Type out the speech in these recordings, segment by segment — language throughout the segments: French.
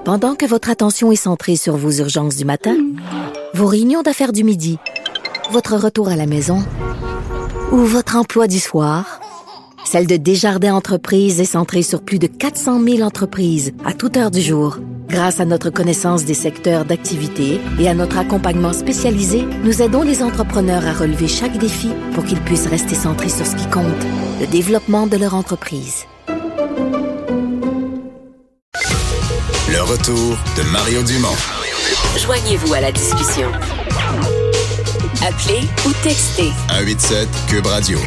Pendant que votre attention est centrée sur vos urgences du matin, vos réunions d'affaires du midi, votre retour à la maison ou votre emploi du soir, celle de Desjardins Entreprises est centrée sur plus de 400 000 entreprises à toute heure du jour. Grâce à notre connaissance des secteurs d'activité et à notre accompagnement spécialisé, nous aidons les entrepreneurs à relever chaque défi pour qu'ils puissent rester centrés sur ce qui compte, le développement de leur entreprise. Le retour de Mario Dumont. Joignez-vous à la discussion. Appelez ou textez 187 Cube Radio.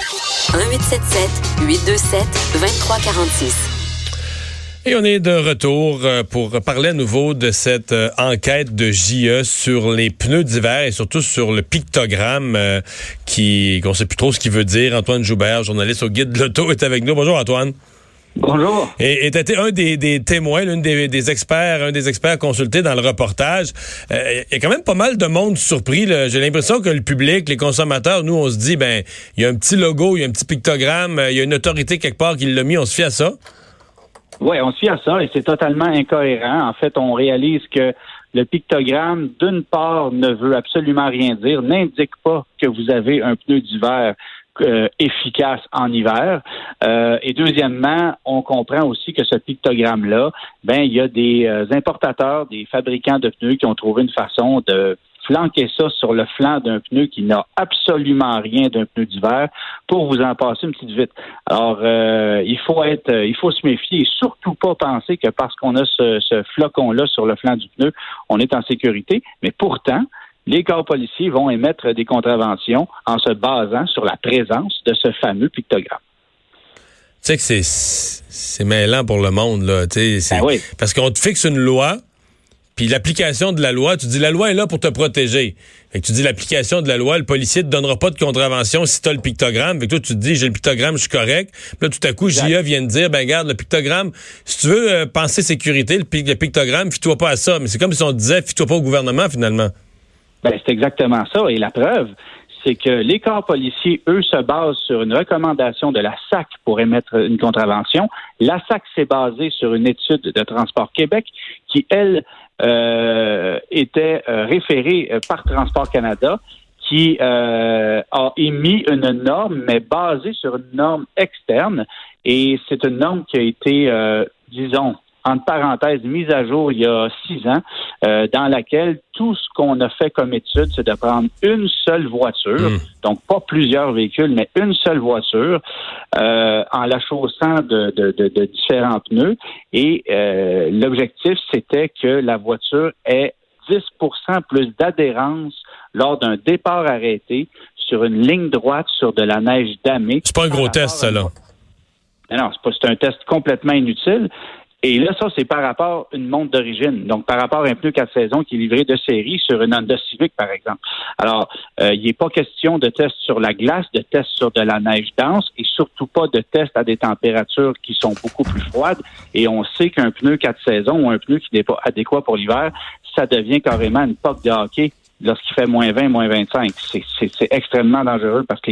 1877-827-2346. Et on est de retour pour parler à nouveau de cette enquête de JE sur les pneus d'hiver et surtout sur le pictogramme qu'on ne sait plus trop ce qu'il veut dire. Antoine Joubert, journaliste au Guide de l'Auto, est avec nous. Bonjour Antoine. Bonjour. Et tu étais un des témoins, un des experts consultés dans le reportage. Il y a quand même pas mal de monde surpris, là. J'ai l'impression que le public, les consommateurs, nous, on se dit, il y a un petit logo, il y a un petit pictogramme, il y a une autorité quelque part qui l'a mis, on se fie à ça? Oui, on se fie à ça et c'est totalement incohérent. En fait, on réalise que le pictogramme, d'une part, ne veut absolument rien dire, n'indique pas que vous avez un pneu d'hiver efficace en hiver. Et deuxièmement, on comprend aussi que ce pictogramme-là, il y a des importateurs, des fabricants de pneus qui ont trouvé une façon de flanquer ça sur le flanc d'un pneu qui n'a absolument rien d'un pneu d'hiver pour vous en passer une petite vite. Alors, il faut se méfier et surtout pas penser que parce qu'on a ce flocon-là sur le flanc du pneu, on est en sécurité. Mais pourtant, les corps policiers vont émettre des contraventions en se basant sur la présence de ce fameux pictogramme. Tu sais que c'est mêlant pour le monde, là. Oui. Parce qu'on te fixe une loi, puis l'application de la loi, tu dis la loi est là pour te protéger. Fait que tu dis l'application de la loi, le policier te donnera pas de contravention si tu as le pictogramme. Fait que toi, tu te dis j'ai le pictogramme, je suis correct. Puis là, tout à coup, JE vient de dire, regarde, le pictogramme, si tu veux penser sécurité, le pictogramme, fie-toi pas à ça. Mais c'est comme si on disait, fie-toi pas au gouvernement, finalement. C'est exactement ça. Et la preuve, c'est que les corps policiers, eux, se basent sur une recommandation de la SAC pour émettre une contravention. La SAC s'est basée sur une étude de Transport Québec qui, elle, était référée par Transport Canada, qui a émis une norme, mais basée sur une norme externe. Et c'est une norme qui a été, disons, entre parenthèses, mise à jour il y a 6 ans, dans laquelle tout ce qu'on a fait comme étude, c'est de prendre une seule voiture, donc pas plusieurs véhicules, mais une seule voiture, en la chaussant de différents pneus. Et l'objectif, c'était que la voiture ait 10% plus d'adhérence lors d'un départ arrêté sur une ligne droite sur de la neige damée. C'est pas un gros test, ça, là. Non, c'est un test complètement inutile. Et là, ça, c'est par rapport à une montre d'origine. Donc, par rapport à un pneu 4 saisons qui est livré de série sur une Honda Civic, par exemple. Alors, il n'est pas question de test sur la glace, de test sur de la neige dense et surtout pas de test à des températures qui sont beaucoup plus froides. Et on sait qu'un pneu 4 saisons ou un pneu qui n'est pas adéquat pour l'hiver, ça devient carrément une poque de hockey lorsqu'il fait moins 20, moins 25. C'est extrêmement dangereux parce que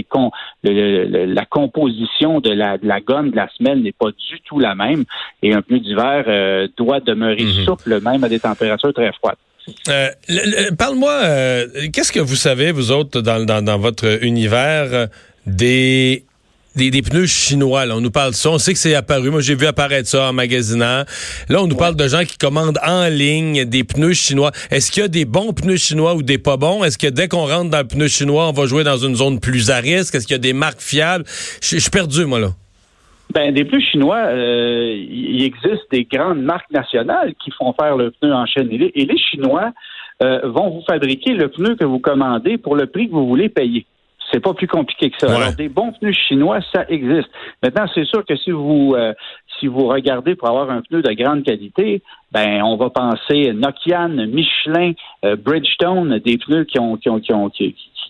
la composition de la gomme de la semelle n'est pas du tout la même. Et un pneu d'hiver doit demeurer souple même à des températures très froides. Parle-moi, qu'est-ce que vous savez, vous autres, dans votre univers, des pneus chinois, là. On nous parle de ça. On sait que c'est apparu. Moi, j'ai vu apparaître ça en magasinant. Là, on nous parle de gens qui commandent en ligne des pneus chinois. Est-ce qu'il y a des bons pneus chinois ou des pas bons? Est-ce que dès qu'on rentre dans le pneu chinois, on va jouer dans une zone plus à risque? Est-ce qu'il y a des marques fiables? Je suis perdu, moi, là. Des pneus chinois, il existe des grandes marques nationales qui font faire le pneu en Chine. Et les Chinois vont vous fabriquer le pneu que vous commandez pour le prix que vous voulez payer. C'est pas plus compliqué que ça. Ouais. Alors, des bons pneus chinois, ça existe. Maintenant, c'est sûr que si vous regardez pour avoir un pneu de grande qualité, on va penser Nokian, Michelin, Bridgestone, des pneus qui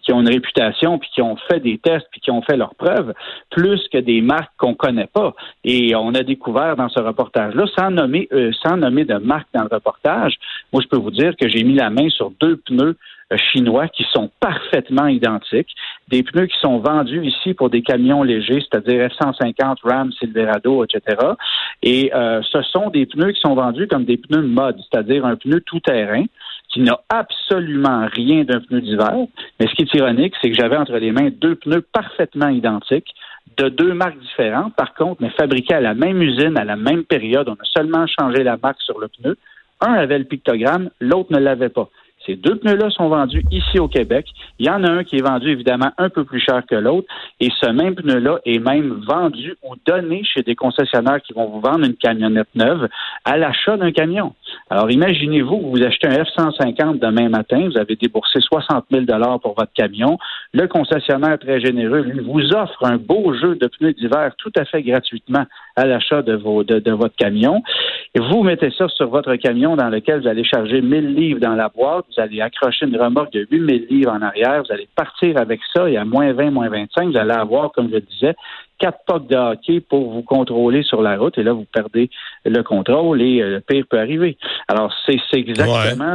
qui ont une réputation, puis qui ont fait des tests, puis qui ont fait leurs preuves, plus que des marques qu'on connaît pas. Et on a découvert dans ce reportage-là, sans nommer de marque dans le reportage, moi je peux vous dire que j'ai mis la main sur 2 pneus chinois qui sont parfaitement identiques, des pneus qui sont vendus ici pour des camions légers, c'est-à-dire F-150, Ram, Silverado, etc. Et ce sont des pneus qui sont vendus comme des pneus mode, c'est-à-dire un pneu tout-terrain qui n'a absolument rien d'un pneu d'hiver. Mais ce qui est ironique, c'est que j'avais entre les mains 2 pneus parfaitement identiques, de 2 marques différentes, par contre, mais fabriqués à la même usine, à la même période. On a seulement changé la marque sur le pneu. Un avait le pictogramme, l'autre ne l'avait pas. Ces 2 pneus-là sont vendus ici au Québec. Il y en a un qui est vendu évidemment un peu plus cher que l'autre. Et ce même pneu-là est même vendu ou donné chez des concessionnaires qui vont vous vendre une camionnette neuve à l'achat d'un camion. Alors imaginez-vous que vous achetez un F-150 demain matin, vous avez déboursé 60 000 $ pour votre camion. Le concessionnaire très généreux, lui, vous offre un beau jeu de pneus d'hiver tout à fait gratuitement à l'achat de votre camion. Et vous mettez ça sur votre camion dans lequel vous allez charger 1000 livres dans la boîte. Vous allez accrocher une remorque de 8000 livres en arrière, vous allez partir avec ça et à moins 20, moins 25, vous allez avoir, comme je le disais, 4 pucks de hockey pour vous contrôler sur la route et là, vous perdez le contrôle et le pire peut arriver. Alors, c'est exactement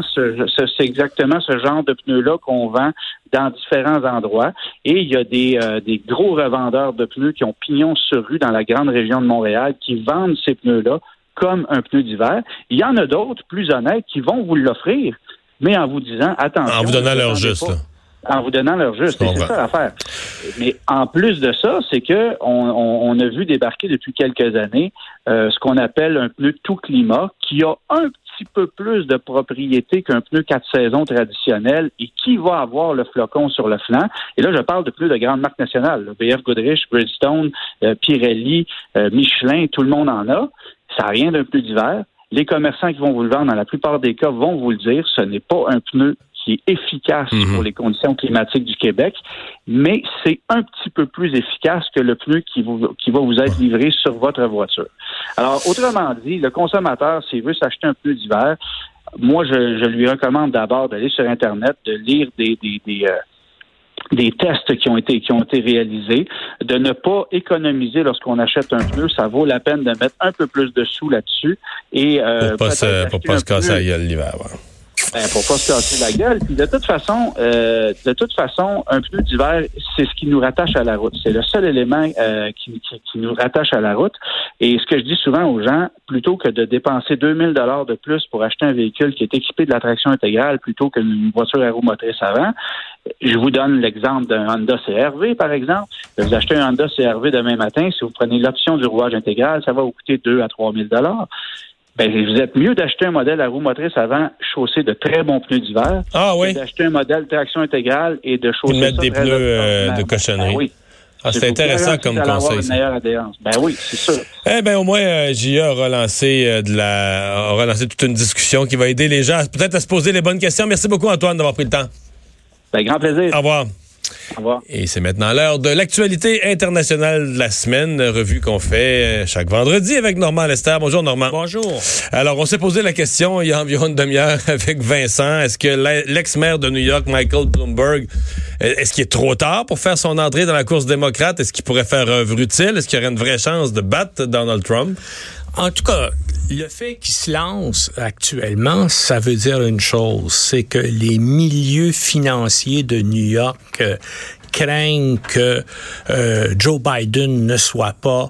ce genre de pneus-là qu'on vend dans différents endroits et il y a des gros revendeurs de pneus qui ont pignon sur rue dans la grande région de Montréal qui vendent ces pneus-là comme un pneu d'hiver. Il y en a d'autres, plus honnêtes, qui vont vous l'offrir, mais en vous disant, attention... En vous donnant leur juste, là. En vous donnant leur juste, c'est ça l'affaire. Mais en plus de ça, c'est que on a vu débarquer depuis quelques années ce qu'on appelle un pneu tout climat qui a un petit peu plus de propriété qu'un pneu 4 saisons traditionnel et qui va avoir le flocon sur le flanc. Et là, je parle de pneus de grandes marques nationales. Là. BF Goodrich, Bridgestone, Pirelli, Michelin, tout le monde en a. Ça n'a rien d'un pneu d'hiver. Les commerçants qui vont vous le vendre, dans la plupart des cas, vont vous le dire. Ce n'est pas un pneu qui est efficace pour les conditions climatiques du Québec, mais c'est un petit peu plus efficace que le pneu qui va vous être livré sur votre voiture. Alors, autrement dit, le consommateur, s'il veut s'acheter un pneu d'hiver, moi, je lui recommande d'abord d'aller sur Internet, de lire des tests qui ont été réalisés, de ne pas économiser lorsqu'on achète un pneu. Ça vaut la peine de mettre un peu plus de sous là-dessus. Et pour pas se casser la gueule l'hiver. Ouais. Pour pas se casser la gueule. Puis de toute façon, un pneu d'hiver, c'est ce qui nous rattache à la route. C'est le seul élément qui nous rattache à la route. Et ce que je dis souvent aux gens, plutôt que de dépenser 2000 $ de plus pour acheter un véhicule qui est équipé de la traction intégrale plutôt qu'une voiture à roue motrice avant, je vous donne l'exemple d'un Honda CR-V, par exemple. Vous achetez un Honda CR-V demain matin, si vous prenez l'option du rouage intégral, ça va vous coûter 2 à 3 000 $. Ben, vous êtes mieux d'acheter un modèle à roue motrice avant chaussé de très bons pneus d'hiver. Ah oui. D'acheter un modèle traction intégrale et de chausser mettre des pneus de cochonnerie. Ben oui. C'est intéressant comme conseil. Une meilleure adhérence. Ben oui, c'est sûr. Eh ben au moins J.A. a relancé toute une discussion qui va aider les gens peut-être à se poser les bonnes questions. Merci beaucoup Antoine d'avoir pris le temps. Ben grand plaisir. Au revoir. Au revoir. Et c'est maintenant l'heure de l'actualité internationale de la semaine, revue qu'on fait chaque vendredi avec Normand Lester. Bonjour Normand. Bonjour. Alors, on s'est posé la question il y a environ une demi-heure avec Vincent. Est-ce que l'ex-maire de New York, Michael Bloomberg, est-ce qu'il est trop tard pour faire son entrée dans la course démocrate? Est-ce qu'il pourrait faire œuvre utile? Est-ce qu'il y aurait une vraie chance de battre Donald Trump? En tout cas, le fait qu'il se lance actuellement, ça veut dire une chose, c'est que les milieux financiers de New York craignent que Joe Biden ne soit pas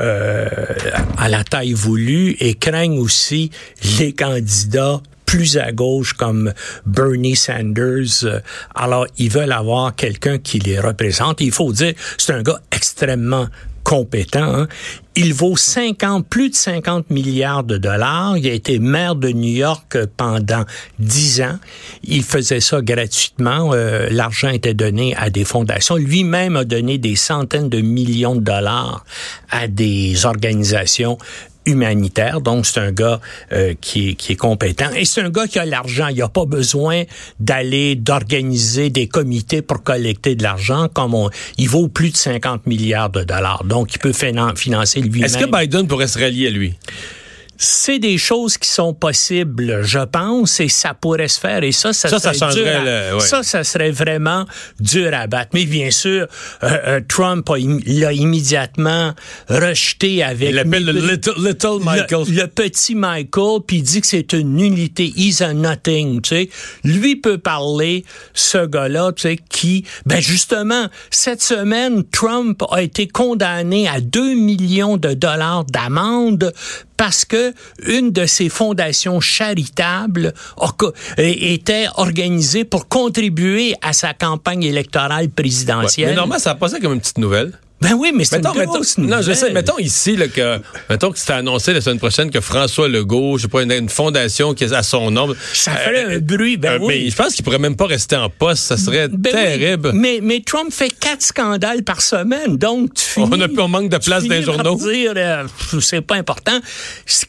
à la taille voulue et craignent aussi les candidats plus à gauche comme Bernie Sanders. Alors, ils veulent avoir quelqu'un qui les représente. Et il faut dire, c'est un gars extrêmement compétent. Hein? Il vaut plus de 50 milliards de dollars. Il a été maire de New York pendant 10 ans. Il faisait ça gratuitement. L'argent était donné à des fondations. Lui-même a donné des centaines de millions de dollars à des organisations humanitaire. Donc, c'est un gars qui est compétent. Et c'est un gars qui a l'argent. Il n'a pas besoin d'organiser des comités pour collecter de l'argent. Il vaut plus de 50 milliards de dollars. Donc, il peut financer lui-même. Est-ce que Biden pourrait se rallier à lui? c'est des choses qui sont possibles, je pense, et ça pourrait se faire. Et ça changerait ça serait vraiment dur à battre. Mais bien sûr, Trump l'a immédiatement rejeté avec... Il l'appelle le Little Michael. Le petit Michael, puis il dit que c'est une nullité. He's a nothing, tu sais. Lui peut parler, ce gars-là, tu sais, qui... justement, cette semaine, Trump a été condamné à 2 millions de dollars d'amende parce que une de ses fondations charitables était organisée pour contribuer à sa campagne électorale présidentielle. Ouais, mais normalement, ça a passé comme une petite nouvelle. Ben oui, mais c'est une grosse nouvelle. Non, je sais. Mettons ici que c'était annoncé la semaine prochaine que François Legault, je sais pas, une fondation qui est à son nom. Ça ferait un bruit, oui. Mais je pense qu'il pourrait même pas rester en poste. Ça serait terrible. Oui. Mais Trump fait 4 scandales par semaine, donc tu finis... On manque de place dans les journaux. Dire, c'est pas important. Ce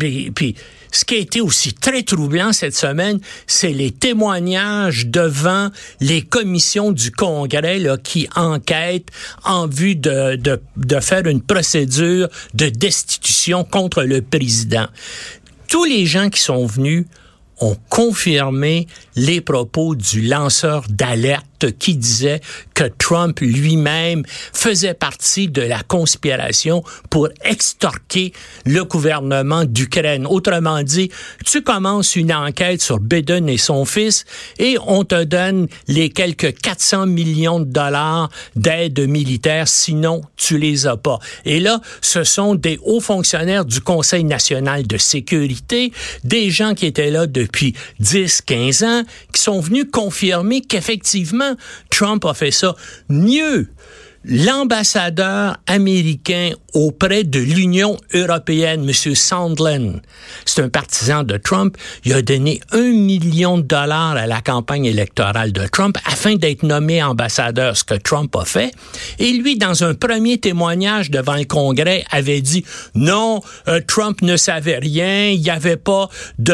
qui a été aussi très troublant cette semaine, c'est les témoignages devant les commissions du Congrès là, qui enquêtent en vue de faire une procédure de destitution contre le président. Tous les gens qui sont venus ont confirmé les propos du lanceur d'alerte qui disait que Trump lui-même faisait partie de la conspiration pour extorquer le gouvernement d'Ukraine. Autrement dit, tu commences une enquête sur Biden et son fils et on te donne les quelques 400 millions de dollars d'aide militaire, sinon tu les as pas. Et là, ce sont des hauts fonctionnaires du Conseil national de sécurité, des gens qui étaient là depuis 10, 15 ans, qui sont venus confirmer qu'effectivement, Trump a fait ça. Mieux, l'ambassadeur américain auprès de l'Union européenne, M. Sondland, c'est un partisan de Trump, il a donné 1 million de dollars à la campagne électorale de Trump afin d'être nommé ambassadeur, ce que Trump a fait. Et lui, dans un premier témoignage devant le Congrès, avait dit non, Trump ne savait rien, il y avait pas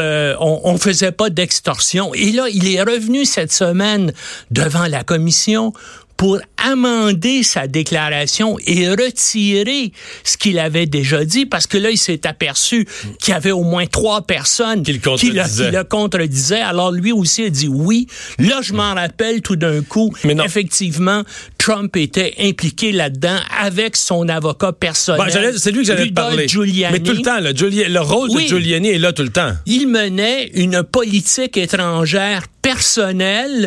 on faisait pas d'extorsion. Et là, il est revenu cette semaine devant la commission pour amender sa déclaration et retirer ce qu'il avait déjà dit, parce que là, il s'est aperçu qu'il y avait au moins 3 personnes qui le contredisaient. Alors, lui aussi a dit oui. Là, je m'en rappelle tout d'un coup, effectivement, Trump était impliqué là-dedans avec son avocat personnel. C'est lui que j'allais te parler. Giuliani. Mais tout le temps, le rôle de Giuliani est là tout le temps. Il menait une politique étrangère personnelle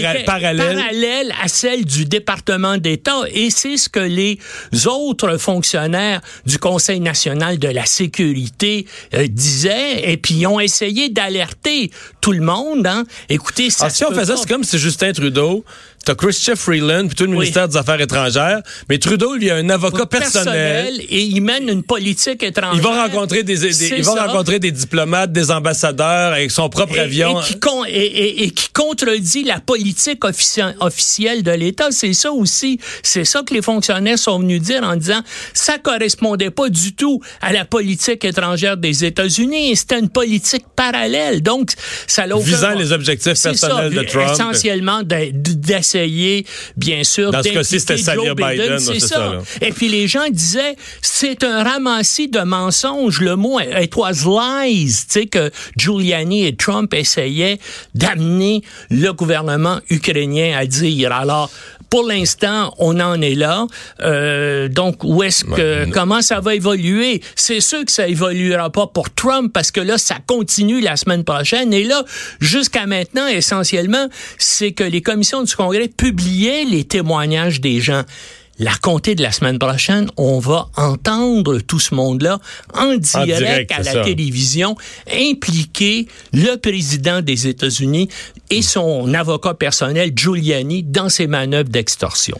parallèle à celle du département d'État, et c'est ce que les autres fonctionnaires du Conseil national de la sécurité disaient, et puis ils ont essayé d'alerter tout le monde. Hein. Écoutez, ça si on faisait, c'est comme si Justin Trudeau, t'as Chrystia Freeland puis tout le ministère des Affaires étrangères, mais Trudeau, lui, a un avocat personnel et il mène une politique étrangère. Il va rencontrer rencontrer des diplomates, des ambassadeurs avec son propre avion. Et qui contredit la politique officielle de l'État. C'est ça aussi. C'est ça que les fonctionnaires sont venus dire en disant ça correspondait pas du tout à la politique étrangère des États-Unis. C'était une politique parallèle. Donc, ça l'a visant les objectifs personnels de Trump. Essentiellement d'essayer, bien sûr, dans ce cas-ci, c'était salir Biden. C'est ça. Et puis les gens disaient, c'est un ramassis de mensonges. Le mot, it was lies, tu sais, que Giuliani et Trump essayaient d'amener le gouvernement ukrainien à dire. Alors, pour l'instant, on en est là. Donc, comment ça va évoluer? C'est sûr que ça évoluera pas pour Trump parce que là, ça continue la semaine prochaine. Et là, jusqu'à maintenant, essentiellement, c'est que les commissions du Congrès publiaient les témoignages des gens. À compter de la semaine prochaine, on va entendre tout ce monde-là en direct à la télévision, impliquer le président des États-Unis et son avocat personnel, Giuliani, dans ses manœuvres d'extorsion.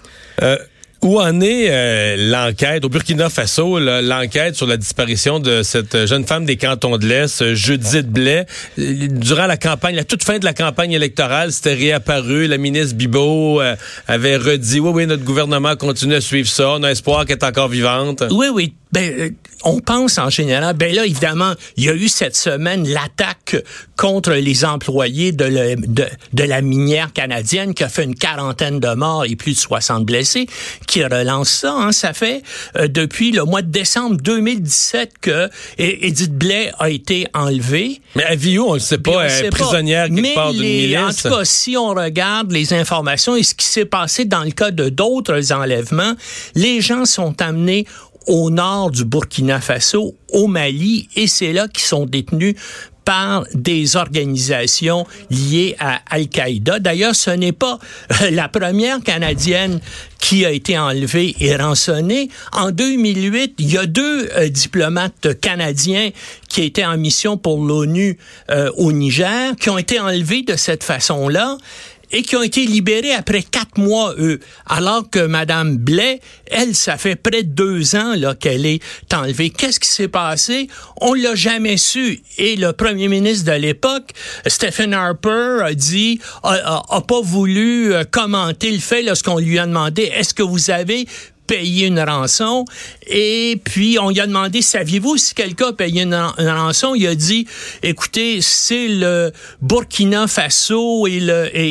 Où en est l'enquête au Burkina Faso, l'enquête sur la disparition de cette jeune femme des cantons de l'Est, Judith Blais? Durant la toute fin de la campagne électorale, c'était réapparu. La ministre Bibeau avait redit, oui, notre gouvernement continue à suivre ça. On a espoir qu'elle est encore vivante. Oui. On pense en général, là, évidemment, il y a eu cette semaine l'attaque contre les employés de la minière canadienne qui a fait une quarantaine de morts et plus de 60 blessés, qui relance ça. Hein. Ça fait depuis le mois de décembre 2017 que Edith Blais a été enlevée. Mais à vie où, on ne sait pas, elle est prisonnière quelque part d'une milice. En tout cas, si on regarde les informations et ce qui s'est passé dans le cas de d'autres enlèvements, les gens sont amenés au nord du Burkina Faso, au Mali, et c'est là qu'ils sont détenus par des organisations liées à Al-Qaïda. D'ailleurs, ce n'est pas la première Canadienne qui a été enlevée et rançonnée. En 2008, il y a 2 diplomates canadiens qui étaient en mission pour l'ONU au Niger, qui ont été enlevés de cette façon-là et qui ont été libérés après 4 mois, eux. Alors que Mme Blais, elle, ça fait près de 2 ans là, qu'elle est enlevée. Qu'est-ce qui s'est passé? On l'a jamais su. Et le premier ministre de l'époque, Stephen Harper, a pas voulu commenter le fait lorsqu'on lui a demandé, est-ce que vous avez payer une rançon, et puis on lui a demandé, saviez-vous si quelqu'un a payé une rançon? Il a dit, écoutez, c'est le Burkina Faso et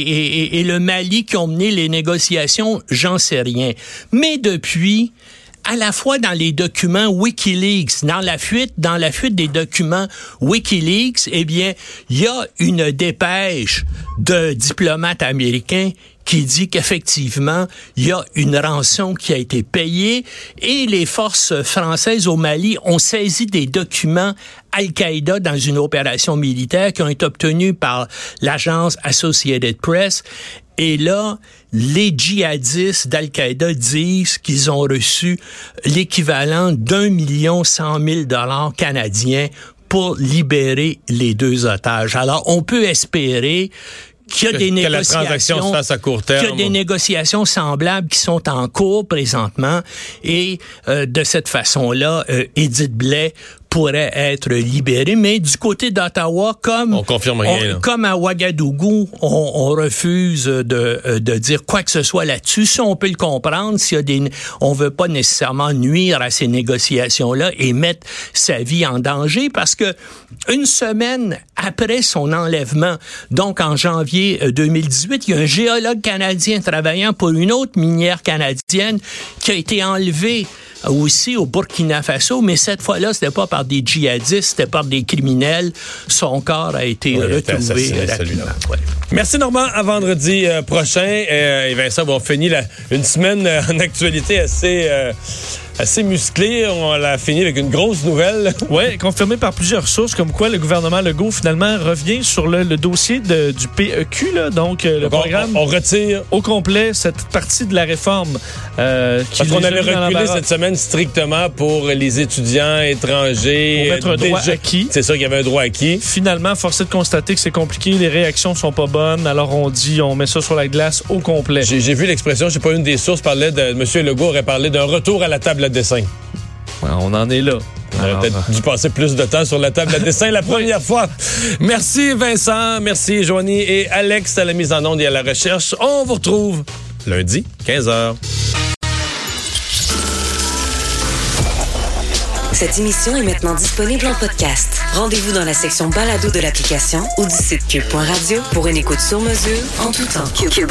le Mali qui ont mené les négociations, j'en sais rien. Mais depuis, à la fois dans les documents WikiLeaks, dans la fuite des documents WikiLeaks, eh bien, il y a une dépêche de diplomates américains qui dit qu'effectivement, il y a une rançon qui a été payée et les forces françaises au Mali ont saisi des documents Al-Qaïda dans une opération militaire qui ont été obtenus par l'agence Associated Press. Et là, les djihadistes d'Al-Qaïda disent qu'ils ont reçu l'équivalent d'1 100 000 $ canadiens pour libérer les 2 otages. Alors, on peut espérer qu'il y a des négociations, la transaction se fasse à court terme. Qu'il y a des négociations semblables qui sont en cours présentement. Et de cette façon-là, Edith Blais pourrait être libérée. Mais du côté d'Ottawa, on confirme rien, comme à Ouagadougou, on refuse de dire quoi que ce soit là-dessus. Ça, on peut le comprendre. On veut pas nécessairement nuire à ces négociations-là et mettre sa vie en danger, parce que une semaine après son enlèvement, donc en janvier 2018, il y a un géologue canadien travaillant pour une autre minière canadienne qui a été enlevé aussi au Burkina Faso, mais cette fois-là, c'était pas par des djihadistes, c'était par des criminels. Son corps a été retrouvé rapidement. Ouais. Merci Normand, à vendredi prochain. Et Vincent, on finit une semaine en actualité assez musclée. On l'a fini avec une grosse nouvelle. Oui, confirmée par plusieurs sources, comme quoi le gouvernement Legault finalement revient sur le dossier du PEQ, là, donc le programme. On retire au complet cette partie de la réforme. Parce qu'on avait reculé cette semaine strictement pour les étudiants étrangers. Pour mettre un droit acquis. C'est ça, qu'il y avait un droit acquis. Finalement, force est de constater que c'est compliqué, les réactions sont pas bonnes, alors on met ça sur la glace au complet. J'ai vu l'expression, je sais pas, une des sources parlait de M. Legault aurait parlé d'un retour à la table à dessin. Ouais, on en est là. On aurait peut-être dû passer plus de temps sur la table à dessin la première fois. Merci Vincent, merci Joanie et Alex à la mise en onde et à la recherche. On vous retrouve lundi, 15h. Cette émission est maintenant disponible en podcast. Rendez-vous dans la section balado de l'application ou du site cube.radio pour une écoute sur mesure en tout temps. Cube